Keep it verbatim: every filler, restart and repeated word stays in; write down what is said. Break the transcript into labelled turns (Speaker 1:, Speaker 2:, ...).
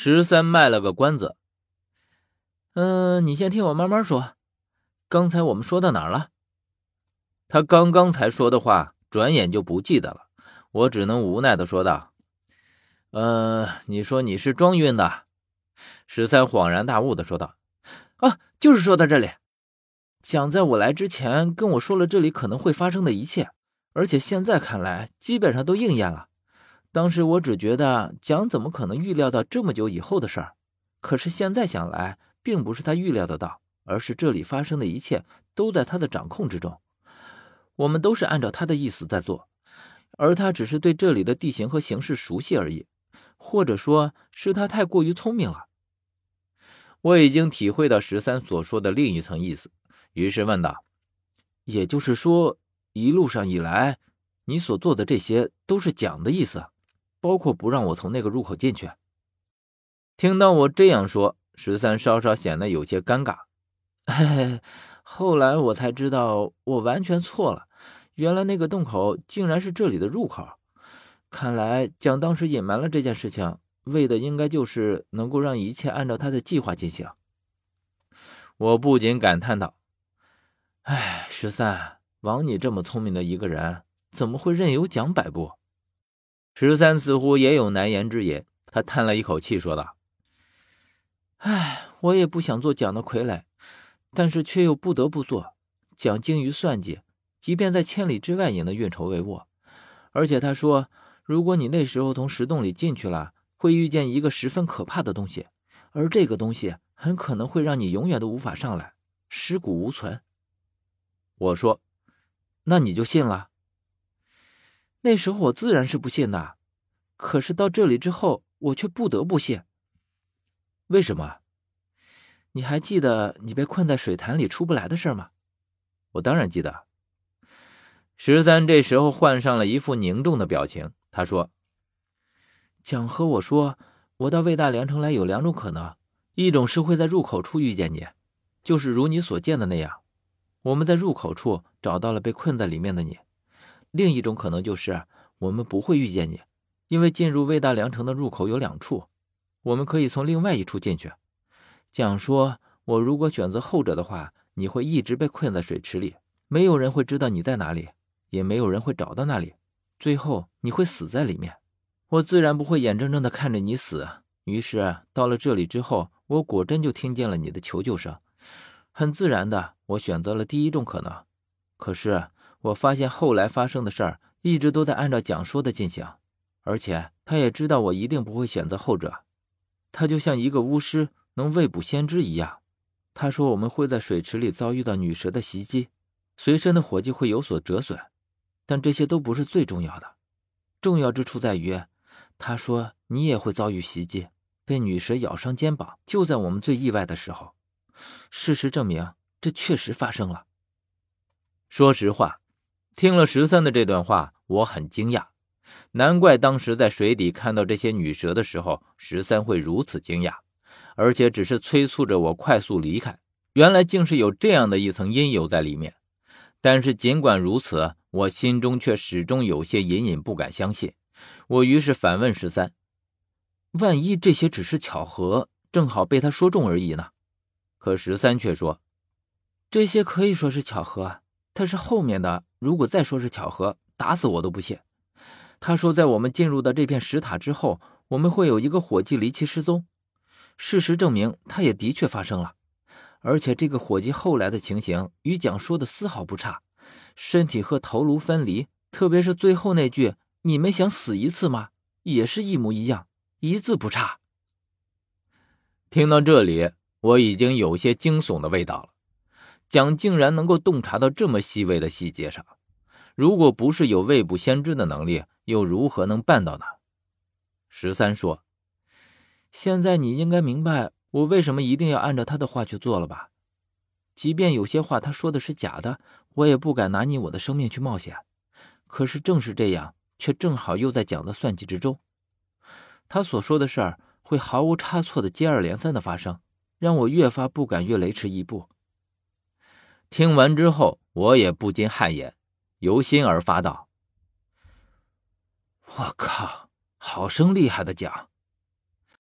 Speaker 1: 十三卖了个关子。嗯，你先听我慢慢说。刚才我们说到哪儿了？他刚刚才说的话，转眼就不记得了。我只能无奈地说道：呃，你说你是装晕的。十三恍然大悟地说道：啊，就是说到这里。蒋在我来之前跟我说了这里可能会发生的一切，而且现在看来基本上都应验了。当时我只觉得蒋怎么可能预料到这么久以后的事儿，可是现在想来，并不是他预料得到，而是这里发生的一切都在他的掌控之中。我们都是按照他的意思在做，而他只是对这里的地形和形势熟悉而已，或者说是他太过于聪明了。我已经体会到十三所说的另一层意思，于是问道：也就是说，一路上以来，你所做的这些都是蒋的意思，包括不让我从那个入口进去？听到我这样说，十三稍稍显得有些尴尬。嘿嘿，后来我才知道我完全错了，原来那个洞口竟然是这里的入口。看来蒋当时隐瞒了这件事情，为的应该就是能够让一切按照他的计划进行。我不禁感叹道：哎，十三，王你这么聪明的一个人，怎么会任由蒋摆布？十三似乎也有难言之隐，他叹了一口气说道：哎，我也不想做蒋的傀儡，但是却又不得不做。蒋精于算计，即便在千里之外也能运筹帷幄。而且他说，如果你那时候从石洞里进去了，会遇见一个十分可怕的东西，而这个东西很可能会让你永远都无法上来，尸骨无存。我说，那你就信了？那时候我自然是不信的，可是到这里之后，我却不得不信。为什么？你还记得你被困在水潭里出不来的事吗？我当然记得。十三这时候换上了一副凝重的表情，他说：蒋和我说，我到魏大梁城来有两种可能，一种是会在入口处遇见你，就是如你所见的那样，我们在入口处找到了被困在里面的你；另一种可能就是我们不会遇见你，因为进入魏大梁城的入口有两处，我们可以从另外一处进去。蒋说，我如果选择后者的话，你会一直被困在水池里，没有人会知道你在哪里，也没有人会找到那里，最后你会死在里面。我自然不会眼睁睁地看着你死，于是到了这里之后，我果真就听见了你的求救声。很自然的，我选择了第一种可能。可是我发现后来发生的事儿一直都在按照蒋说的进行，而且他也知道我一定不会选择后者。他就像一个巫师能未卜先知一样，他说我们会在水池里遭遇到女蛇的袭击，随身的火计会有所折损，但这些都不是最重要的。重要之处在于，他说你也会遭遇袭击，被女蛇咬伤肩膀，就在我们最意外的时候。事实证明，这确实发生了。说实话，听了十三的这段话，我很惊讶，难怪当时在水底看到这些女蛇的时候，十三会如此惊讶，而且只是催促着我快速离开，原来竟是有这样的一层因由在里面。但是尽管如此，我心中却始终有些隐隐不敢相信。我于是反问十三，万一这些只是巧合，正好被他说中而已呢？可十三却说，这些可以说是巧合，但是后面的如果再说是巧合，打死我都不信。他说在我们进入到这片石塔之后，我们会有一个火计离奇失踪，事实证明它也的确发生了，而且这个火计后来的情形与蒋说的丝毫不差，身体和头颅分离，特别是最后那句你们想死一次吗，也是一模一样，一字不差。听到这里，我已经有些惊悚的味道了。蒋竟然能够洞察到这么细微的细节上，如果不是有未卜先知的能力，又如何能办到呢？十三说，现在你应该明白我为什么一定要按照他的话去做了吧？即便有些话他说的是假的，我也不敢拿你我的生命去冒险。可是正是这样，却正好又在蒋的算计之中。他所说的事儿会毫无差错的接二连三的发生，让我越发不敢越雷池一步。听完之后，我也不禁汗颜，由心而发道：我靠，好生厉害的蒋！